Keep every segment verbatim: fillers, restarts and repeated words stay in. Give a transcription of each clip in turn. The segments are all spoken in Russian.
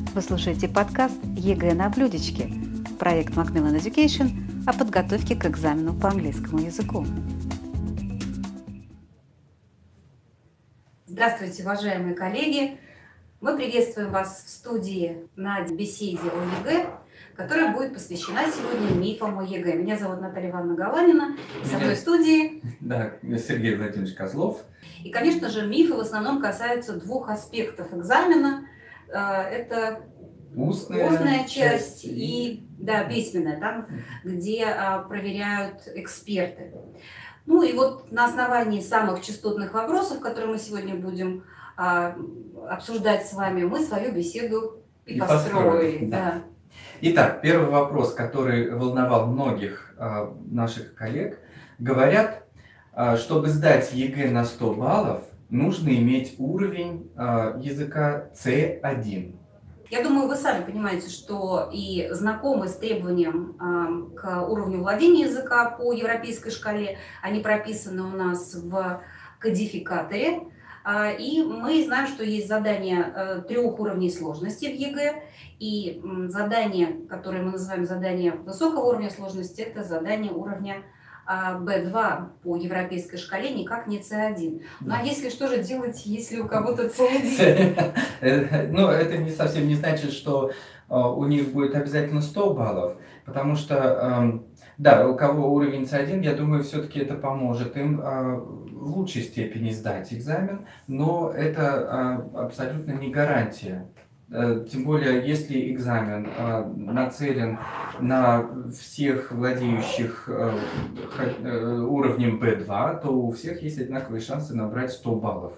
Вы слушаете подкаст ЕГЭ на блюдечке, проект Macmillan Education о подготовке к экзамену по английскому языку. Здравствуйте, уважаемые коллеги! Мы приветствуем вас в студии на беседе о ЕГЭ, которая будет посвящена сегодня мифам о ЕГЭ. Меня зовут Наталья Ивановна Галанина, со мной в студии. Да, Сергей Владимирович Козлов. И, конечно же, мифы в основном касаются двух аспектов экзамена. Это устная, устная часть, часть и, и да, письменная, там, где а, проверяют эксперты. Ну и вот на основании самых частотных вопросов, которые мы сегодня будем а, обсуждать с вами, мы свою беседу и, и построили. построили да. Да. Итак, первый вопрос, который волновал многих а, наших коллег. Говорят, а, чтобы сдать ЕГЭ на сто баллов, нужно иметь уровень а, языка С один. Я думаю, вы сами понимаете, что и знакомы с требованием э, к уровню владения языка по европейской шкале. Они прописаны у нас в кодификаторе. Э, и мы знаем, что есть задания э, трех уровней сложности в ЕГЭ. И э, задание, которое мы называем задание высокого уровня сложности, это задание уровня бэ два по европейской шкале, никак не С один. Ну а если что же делать, если у кого-то С один? Ну, это не совсем не значит, что у них будет обязательно сто баллов, потому что, да, у кого уровень С один, я думаю, все-таки это поможет им в лучшей степени сдать экзамен, но это абсолютно не гарантия. Тем более, если экзамен э, нацелен на всех владеющих э, э, уровнем бэ два, то у всех есть одинаковые шансы набрать сто баллов.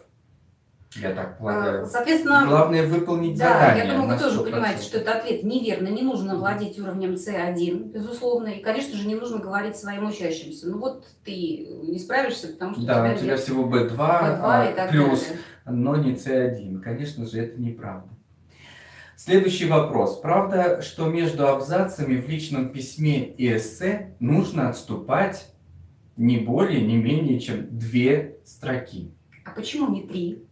Я так полагаю. Соответственно, главное выполнить да, задание. Я думаю, вы тоже понимаете, что это ответ неверно. Не нужно владеть уровнем С один, безусловно. И, конечно же, не нужно говорить своим учащимся. Ну вот ты не справишься, потому что да, у тебя, у тебя всего бэ два, бэ два а, плюс, далее. Но не С один. Конечно же, это неправда. Следующий вопрос. Правда, что между абзацами в личном письме и эссе нужно отступать не более, не менее, чем две строки? А почему не три?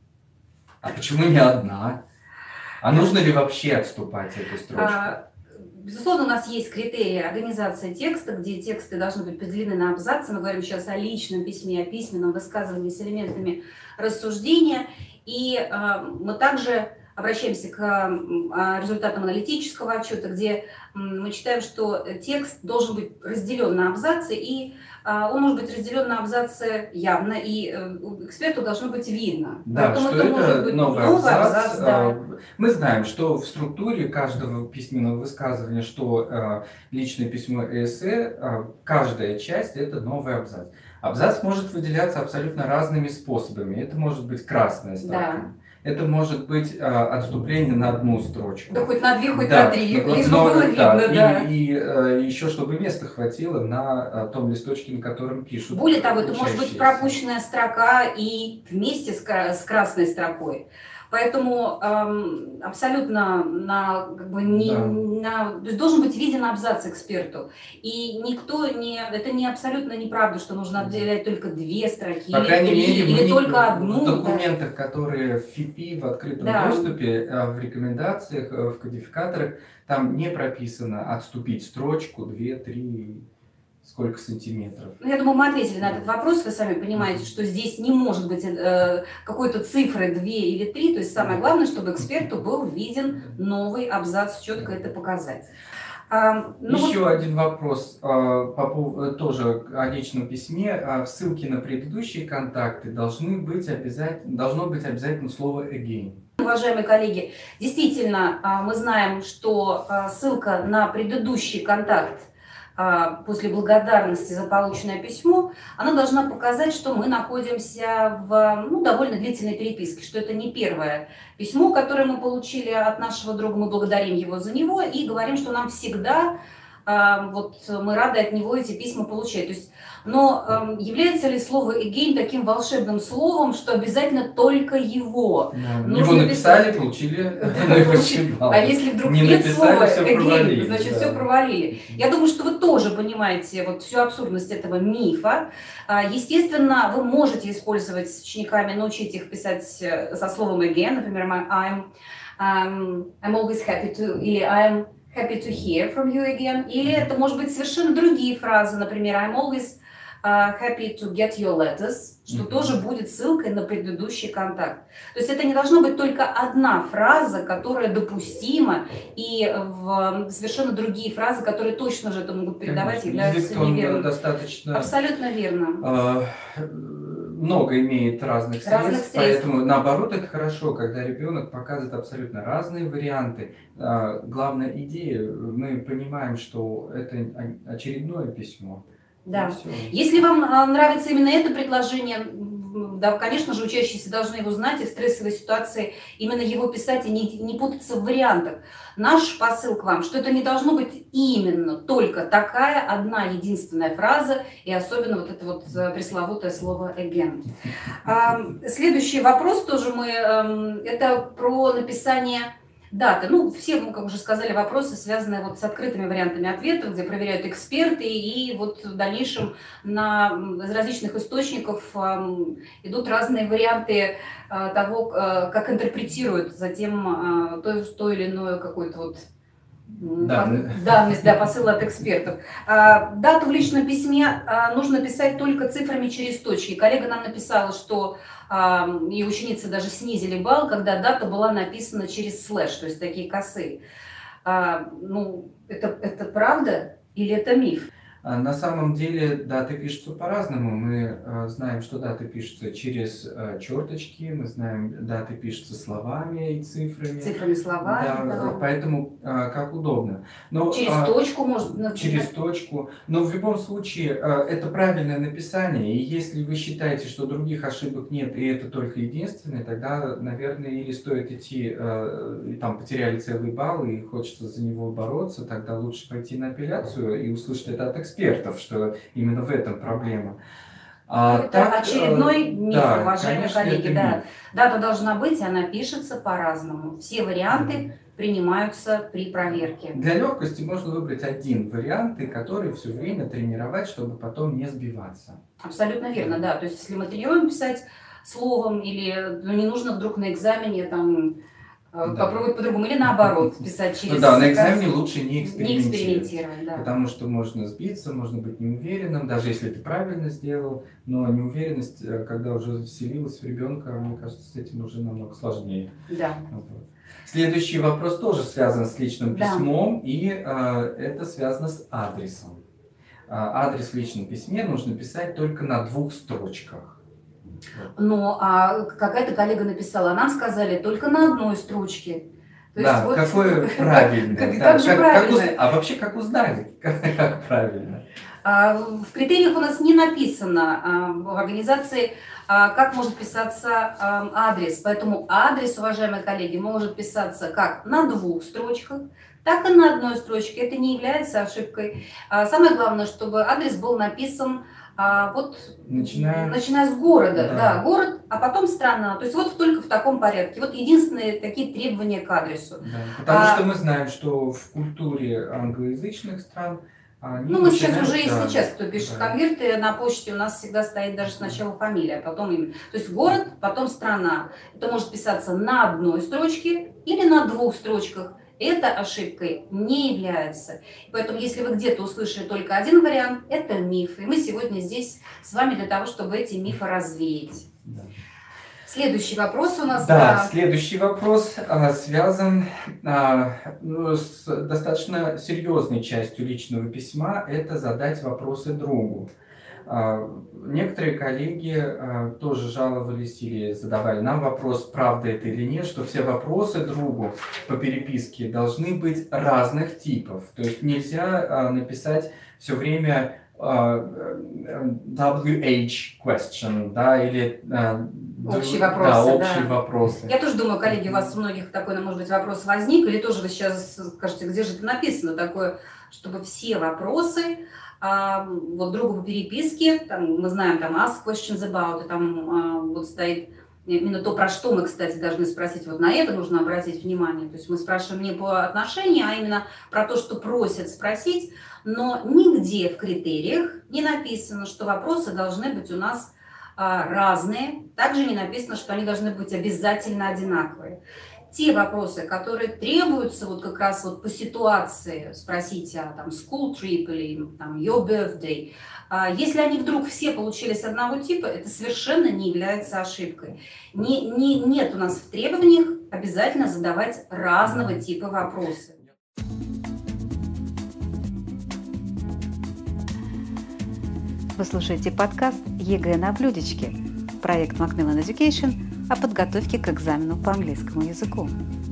А почему не одна? А нужно ли вообще отступать эту строчку? А, безусловно, у нас есть критерии организации текста, где тексты должны быть поделены на абзацы. Мы говорим сейчас о личном письме, о письменном высказывании с элементами рассуждения. И а, мы также обращаемся к результатам аналитического отчета, где мы читаем, что текст должен быть разделен на абзацы, и он может быть разделен на абзацы явно, и эксперту должно быть видно. Да, Поэтому что это, это может быть новый, новый абзац. абзац. Да. Мы знаем, что в структуре каждого письменного высказывания, что личное письмо и эссе, каждая часть – это новый абзац. Абзац может выделяться абсолютно разными способами. Это может быть красная строка. Да. Это может быть а, отступление на одну строчку. Да хоть на две, хоть да, на три, лишь бы было да, видно, да. И, и а, еще, чтобы места хватило на а, том листочке, на котором пишут. Более того, это может быть пропущенная строка и вместе с, с красной строкой. Поэтому эм, абсолютно на, как бы не, да. на, то есть должен быть виден абзац эксперту. И никто не, это не абсолютно неправда, что нужно отделять только две строки, По крайней или, три, мере, или мы только одну. В документах, да. которые в ФИПИ, в открытом да. доступе, в рекомендациях, в кодификаторах, там не прописано отступить строчку, две, три... Сколько сантиметров? Ну, я думаю, мы ответили на этот вопрос. Вы сами понимаете, что здесь не может быть э, какой-то цифры две или три. То есть самое главное, чтобы эксперту был виден новый абзац, четко это показать. А, ну Еще вот... один вопрос а, по поводу, тоже о личном письме. А, ссылки на предыдущие контакты должны быть обязательно, должно быть обязательно слово again. Уважаемые коллеги, действительно, мы знаем, что ссылка на предыдущий контакт после благодарности за полученное письмо, она должна показать, что мы находимся в ну, довольно длительной переписке, что это не первое письмо, которое мы получили от нашего друга, мы благодарим его за него и говорим, что нам всегда, вот мы рады от него эти письма получать. То есть, но является ли слово again таким волшебным словом, что обязательно только его? Да, его написали, получили. А если вдруг нет слова again, значит все провалили. Я думаю, что вы тоже понимаете вот всю абсурдность этого мифа. Естественно, вы можете использовать с учениками, научить их писать со словом again, например, I'm. um, I'm always happy to, или I'm happy to hear from you again. Или это может быть совершенно другие фразы, например, I'm always uh, happy to get your letters, что mm-hmm. тоже будет ссылкой на предыдущий контакт. То есть это не должно быть только одна фраза, которая допустима, и в совершенно другие фразы, которые точно же это могут передавать, Конечно. являются неверными. Достаточно... Абсолютно верно. Много имеет разных средств, разных средств, поэтому наоборот это хорошо, когда ребенок показывает абсолютно разные варианты. Главная идея, мы понимаем, что это очередное письмо. Да. Если вам нравится именно это предложение, да, конечно же, учащиеся должны его знать и в стрессовой ситуации именно его писать и не, не путаться в вариантах. Наш посыл к вам, что это не должно быть именно только такая одна единственная фраза, и особенно вот это вот пресловутое слово again. Следующий вопрос тоже мы, это про написание даты. Ну, все, мы, как уже сказали, вопросы, связанные вот с открытыми вариантами ответов, где проверяют эксперты, и вот в дальнейшем на, из различных источников э, идут разные варианты э, того, э, как интерпретируют затем э, то, то или иное какое-то вот Данные. данность, да, посыл от экспертов. А, дату в личном письме а, нужно писать только цифрами через точки. Коллега нам написала, что а, и ученицы даже снизили балл, когда дата была написана через слэш, то есть такие косые. А, ну, это, это правда или это миф? На самом деле даты пишутся по-разному. Мы э, знаем, что даты пишутся через э, черточки, мы знаем, даты пишутся словами и цифрами. Цифрами, словами, да, да. Поэтому э, как удобно. Но, через э, точку, может быть. Через точку. Но в любом случае э, это правильное написание. И если вы считаете, что других ошибок нет, и это только единственное, тогда, наверное, или стоит идти, э, и там потеряли целый балл, и хочется за него бороться, тогда лучше пойти на апелляцию и услышать это от экспертов. экспертов, что именно в этом проблема. А это так, очередной миф, да, уважаемые коллеги. Да. Дата должна быть, и она пишется по-разному. Все варианты mm. принимаются при проверке. Для легкости можно выбрать один вариант, который все время тренировать, чтобы потом не сбиваться. Абсолютно верно, да. То есть, если мы тренируем писать словом, или ну, не нужно вдруг на экзамене там... Да. Попробовать по-другому, или наоборот, писать через... Ну да, на экзамене лучше не экспериментировать, не экспериментировать да. Потому что можно сбиться, можно быть неуверенным, даже если ты правильно сделал, но неуверенность, когда уже вселилась в ребенка, мне кажется, с этим уже намного сложнее. Да. Вот. Следующий вопрос тоже связан с личным да. письмом, и э, это связано с адресом. А, адрес в личном письме нужно писать только на двух строчках. Ну, а какая-то коллега написала, а нам сказали только на одной строчке. То да, есть, вот... какое правильное. Как, да, как же как, правильно? Как уз... А вообще как узнали, как, как правильно? А, в критериях у нас не написано а, в организации, а, как может писаться а, адрес. Поэтому адрес, уважаемые коллеги, может писаться как на двух строчках, так и на одной строчке. Это не является ошибкой. А, самое главное, чтобы адрес был написан А вот начиная, начиная с города, да. да, город, а потом страна. То есть вот только в таком порядке. Вот единственные такие требования к адресу. Да, потому а, что мы знаем, что в культуре англоязычных стран... Они ну, мы начинают, сейчас уже, да, и сейчас, кто пишет да. конверты, на почте у нас всегда стоит даже сначала фамилия, а потом имя. То есть город, потом страна. Это может писаться на одной строчке или на двух строчках. Это ошибкой не является. Поэтому, если вы где-то услышали только один вариант, это миф. И мы сегодня здесь с вами для того, чтобы эти мифы развеять. Да. Следующий вопрос у нас. Да, да. Следующий вопрос а, связан а, ну, с достаточно серьезной частью личного письма. Это задать вопросы другу. А, некоторые коллеги а, тоже жаловались или задавали нам вопрос, правда это или нет, что все вопросы другу по переписке должны быть разных типов. То есть нельзя а, написать все время а, дабл ю эйч question, да, или а, общие вопросы. Да, общие да. вопросы. Я тоже думаю, коллеги, у вас у многих такой, может быть, вопрос возник, или тоже вы сейчас скажете, где же это написано такое, чтобы все вопросы А, вот другу по переписке, там, мы знаем, там, ask questions about, и там а, вот стоит именно то, про что мы, кстати, должны спросить, вот на это нужно обратить внимание. То есть мы спрашиваем не по отношению, а именно про то, что просят спросить, но нигде в критериях не написано, что вопросы должны быть у нас а, разные, также не написано, что они должны быть обязательно одинаковые. те вопросы, которые требуются вот как раз вот по ситуации, спросите о там school trip или там your birthday, если они вдруг все получились одного типа, это совершенно не является ошибкой. Не, не, нет у нас в требованиях обязательно задавать разного типа вопросы. Вы слушаете подкаст ЕГЭ на блюдечке, проект Macmillan Education о подготовке к экзамену по английскому языку.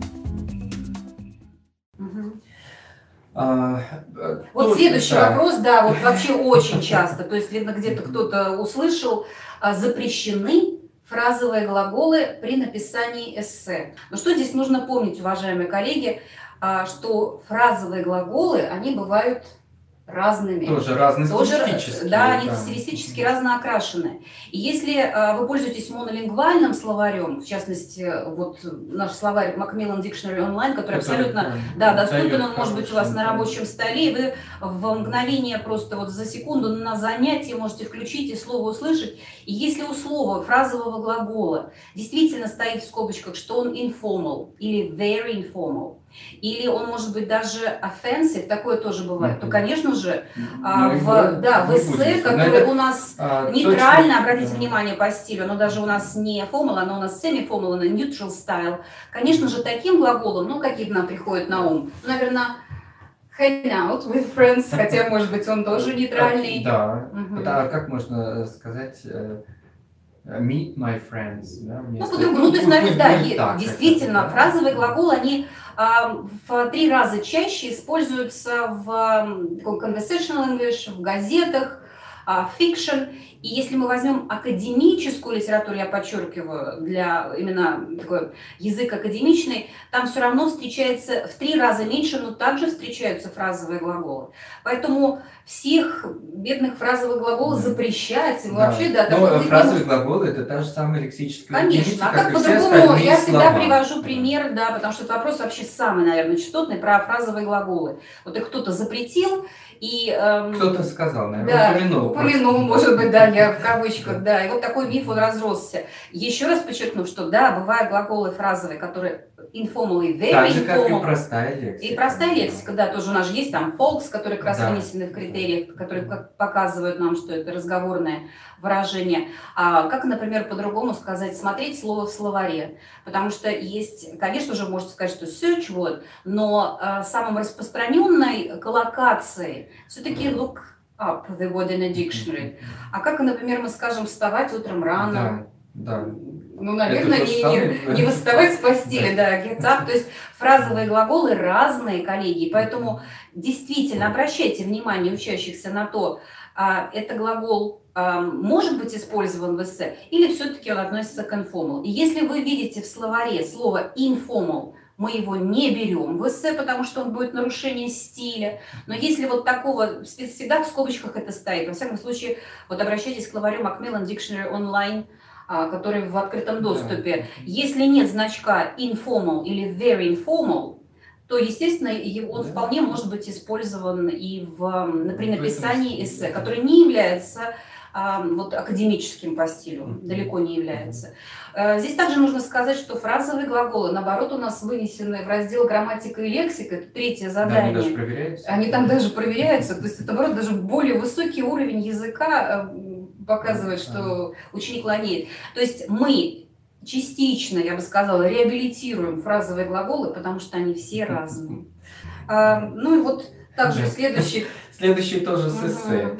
А, вот тоже, следующий да. вопрос, да, вот вообще очень часто, то есть, видно, где-то кто-то услышал, запрещены фразовые глаголы при написании эссе. Но что здесь нужно помнить, уважаемые коллеги, что фразовые глаголы, они бывают разными. Тоже разные стилистически. Да, они да. стилистически разно-окрашены. И если э, вы пользуетесь монолингвальным словарем, в частности, вот наш словарь Macmillan Dictionary Online, который это, абсолютно да, да, доступен, он может быть у вас на рабочем столе, и вы в мгновение просто вот за секунду на занятии можете включить и слово услышать. И если у слова фразового глагола действительно стоит в скобочках, что он informal или very informal, или он может быть даже offensive, такое тоже бывает, то, конечно же, а, в, да, в эссе, который у нас а, нейтрально, точно, обратите да. внимание по стилю, оно даже у нас не formal, оно у нас semi-formal, оно neutral style, конечно же, таким глаголом, ну, какие нам приходят на ум, наверное, hang out with friends, хотя, может быть, он тоже нейтральный. Да, а как можно сказать... meet my friends. Да, ну, по-другому, ну, то есть, наверное, да, действительно, фразовые глаголы, они а, в три раза чаще используются в таком conversational English, в газетах, а, fiction. И если мы возьмем академическую литературу, я подчеркиваю, для именно такой язык академичный, там все равно встречается в три раза меньше, но также встречаются фразовые глаголы. Поэтому всех бедных фразовых глаголов запрещать. Да. Вообще, да, но такой, фразовые глаголы это та же самая лексическая единица. Конечно, а как по-другому? Я всегда слова. привожу пример, да, потому что этот вопрос вообще самый, наверное, частотный про фразовые глаголы. Вот их кто-то запретил, и... Эм, кто-то сказал, наверное, да, упомянул. Упомянул, может быть, да, я в кавычках, да. И вот такой миф, он разросся. Еще раз подчеркну, что да, бывают глаголы фразовые, которые informal и very так же, informal. как и простая лексика. И простая лексика, да, тоже у нас же есть там folks, которые как раз да. вынесены в критериях, которые показывают нам, что это разговорное выражение. А как, например, по-другому сказать, смотреть слово в словаре. Потому что есть, конечно же, можно сказать, что search word, но а, самым распространенной коллокацией все-таки look up the word in a dictionary. А как, например, мы скажем вставать утром рано. Да, да. Ну, наверное, не, не, не восставать с постели, да, get up. То есть фразовые глаголы разные, коллеги. Поэтому действительно обращайте внимание учащихся на то, а, это глагол а, может быть использован в эссе или все-таки он относится к informal. И если вы видите в словаре слово informal, мы его не берем в эссе, потому что он будет нарушение стиля. Но если вот такого, всегда в скобочках это стоит. Во всяком случае, вот обращайтесь к словарю Macmillan Dictionary Online, который в открытом доступе. Если нет значка informal или very informal, то, естественно, он вполне может быть использован и в, при написании эссе, который не является а, вот, академическим по стилю, далеко не является. Здесь также нужно сказать, что фразовые глаголы, наоборот, у нас вынесены в раздел грамматика и лексика, это третье задание. Да, они даже проверяются. Они там даже проверяются, то есть это, наоборот, даже более высокий уровень языка показывает, что ученик ланеет. То есть мы частично, я бы сказала, реабилитируем фразовые глаголы, потому что они все разные. А, ну и вот также следующий... Следующий тоже с эссе.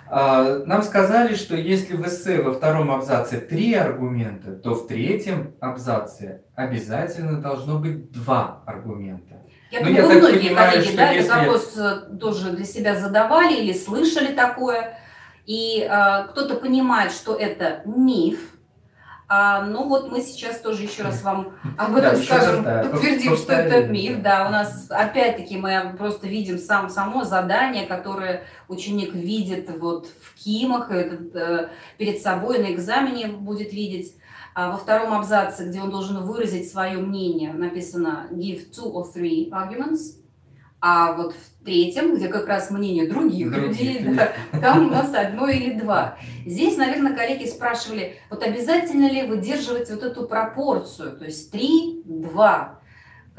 А, нам сказали, что если в эссе во втором абзаце три аргумента, то в третьем абзаце обязательно должно быть два аргумента. Я думаю, вы многие коллеги, да, этот вопрос тоже для себя задавали или слышали такое. И а, кто-то понимает, что это миф. А, ну вот мы сейчас тоже еще раз вам об этом да, скажем, да, подтвердим, что это миф. Да, у нас опять-таки мы просто видим сам, само задание, которое ученик видит вот в КИМах, этот, э, перед собой на экзамене будет видеть. А во втором абзаце, где он должен выразить свое мнение, написано give two or three arguments. А вот в третьем, где как раз мнение других, других людей, людей. Да, там у нас одно или два. Здесь, наверное, коллеги спрашивали, вот обязательно ли выдерживать вот эту пропорцию, то есть три, два.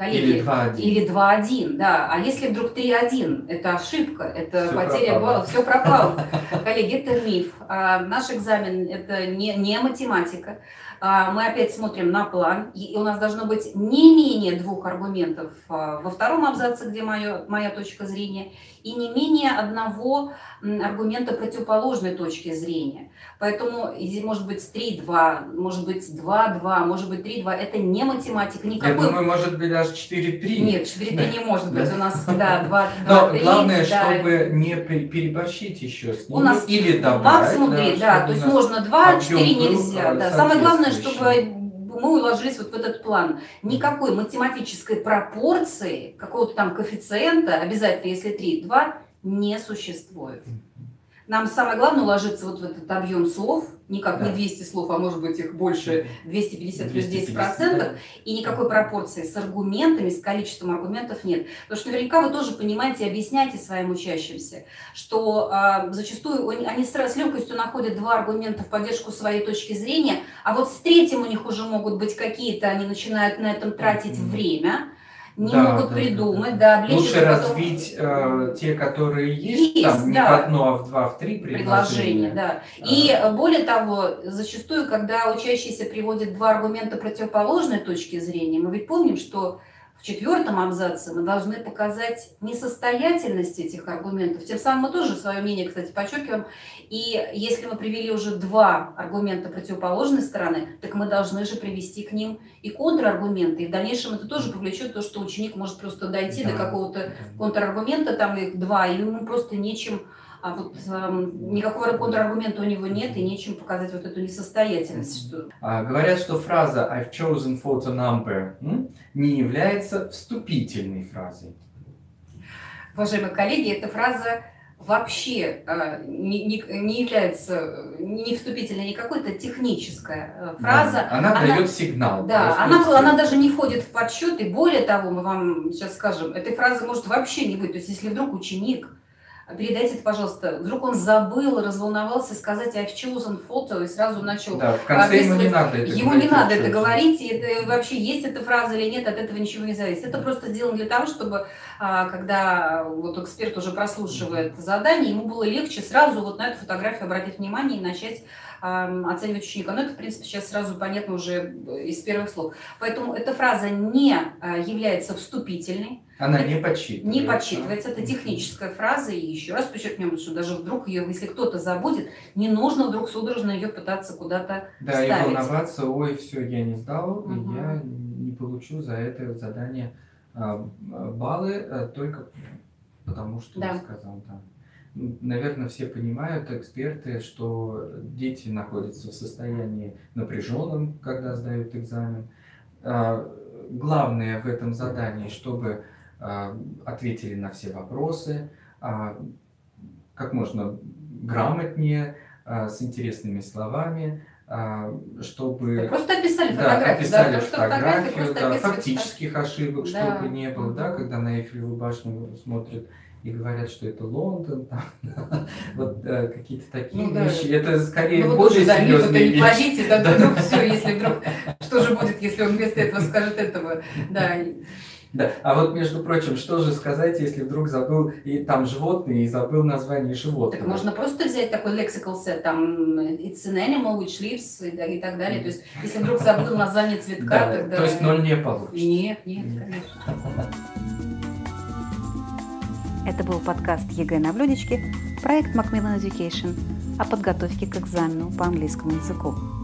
Коллеги, Или два один. Или два один, да. А если вдруг три один, это ошибка, это Всё потеря пропало. баллов, все пропало. Коллеги, это миф. А, наш экзамен – это не, не математика. А, мы опять смотрим на план, и у нас должно быть не менее двух аргументов а, во втором абзаце, где моё, моя точка зрения, и не менее одного м, аргумента противоположной точки зрения. Поэтому и может быть три два, может быть два два, может быть три два. Это не математика, Я никакой... думаю, может быть, даже четыре три. Нет, четыре три не может быть. Да. У нас, да, два Но три. главное, Да. чтобы не пе- переборщить еще с У ними. нас Или добавить. максимум три, да, чтобы то есть у нас можно два, объем четыре был, нельзя. а, Да. Самое главное, чтобы соответствующий. мы уложились вот в этот план. Никакой математической пропорции, какого-то там коэффициента, обязательно если три два, не существует. Нам самое главное уложиться вот в этот объем слов, никак Да. не двести слов, а может быть их больше, двести пятьдесят плюс десять двести процентов, пятьдесят, и никакой пропорции с аргументами, с количеством аргументов нет. Потому что наверняка вы тоже понимаете и объясняете своим учащимся, что а, зачастую они, они с, с легкостью находят два аргумента в поддержку своей точки зрения, а вот с третьим у них уже могут быть какие-то, они начинают на этом тратить Мгм. время, не Да, могут да, придумать, да, да, облечь Лучше это потом- развить э, те, которые есть, Есть, там, не да. в одно, а в два, в три предложения, предложения. да. И э, более того, зачастую, когда учащийся приводит два аргумента противоположной точки зрения, мы ведь помним, что в четвертом абзаце мы должны показать несостоятельность этих аргументов. Тем самым мы тоже свое мнение, кстати, подчеркиваем. И если мы привели уже два аргумента противоположной стороны, так мы должны же привести к ним и контраргументы. И в дальнейшем это тоже повлечет то, что ученик может просто дойти Да, до какого-то да. контраргумента, там их два, и ему просто нечем, а вот эм, никакого контраргумента у него нет, и нечем показать вот эту несостоятельность. Что... А, говорят, что фраза I've chosen for the number м, не является вступительной фразой. Уважаемые коллеги, эта фраза вообще э, не, не, не является не вступительной, не какой-то техническая э, фраза. Да, она, Она- дает сигнал. Да, просто она, если- она даже не входит в подсчет, и более того, мы вам сейчас скажем, этой фразы может вообще не быть. То есть, если вдруг ученик, передайте это, пожалуйста, вдруг он забыл, разволновался сказать I've chosen photo и сразу начал... Да, в конце ему не описывать- надо это Ему говорить, не надо «I've это chosen». говорить, и это вообще есть эта фраза или нет, от этого ничего не зависит. Это просто сделано для того, чтобы, а, когда вот эксперт уже прослушивает задание, ему было легче сразу вот на эту фотографию обратить внимание и начать а, оценивать ученика. Но это, в принципе, сейчас сразу понятно уже из первых слов. Поэтому эта фраза не а, является вступительной, Она не подсчитывается. не подсчитывается. Это техническая фраза. И еще раз подчеркнем, что даже вдруг ее, если кто-то забудет, не нужно вдруг судорожно ее пытаться куда-то Да, вставить. и волноваться, ой, все, я не сдал, Мгм. и я не получу за это задание а, баллы а, только потому, что Да. я сказал. Да. Наверное, все понимают, эксперты, что дети находятся в состоянии напряженном, когда сдают экзамен. А, Главное в этом задании, чтобы а, ответили на все вопросы, а, как можно грамотнее, а, с интересными словами, а, чтобы Просто описали да, фотографию. описали да, потому что фотографии фотографию, просто да, описывать фактических ошибок, Да. чтобы не было, да, Мгм. когда на Эйфелеву башню смотрят и говорят, что это Лондон, там, вот э, какие-то такие Ну да. вещи. Это скорее Ну, вы более тоже за миф это серьезные не вещи. плодите, да, Да. вдруг все, если вдруг, что же будет, если он вместо этого скажет этого, да. Да. А вот, между прочим, что же сказать, если вдруг забыл и там животные и забыл название животного? Так можно просто взять такой lexical set, там it's an animal which lives и, да, и так далее. То есть, если вдруг забыл название цветка, Да, тогда... то есть ноль не получится. Нет, нет, Нет. конечно. Это был подкаст ЕГЭ на блюдечке, проект Macmillan Education о подготовке к экзамену по английскому языку.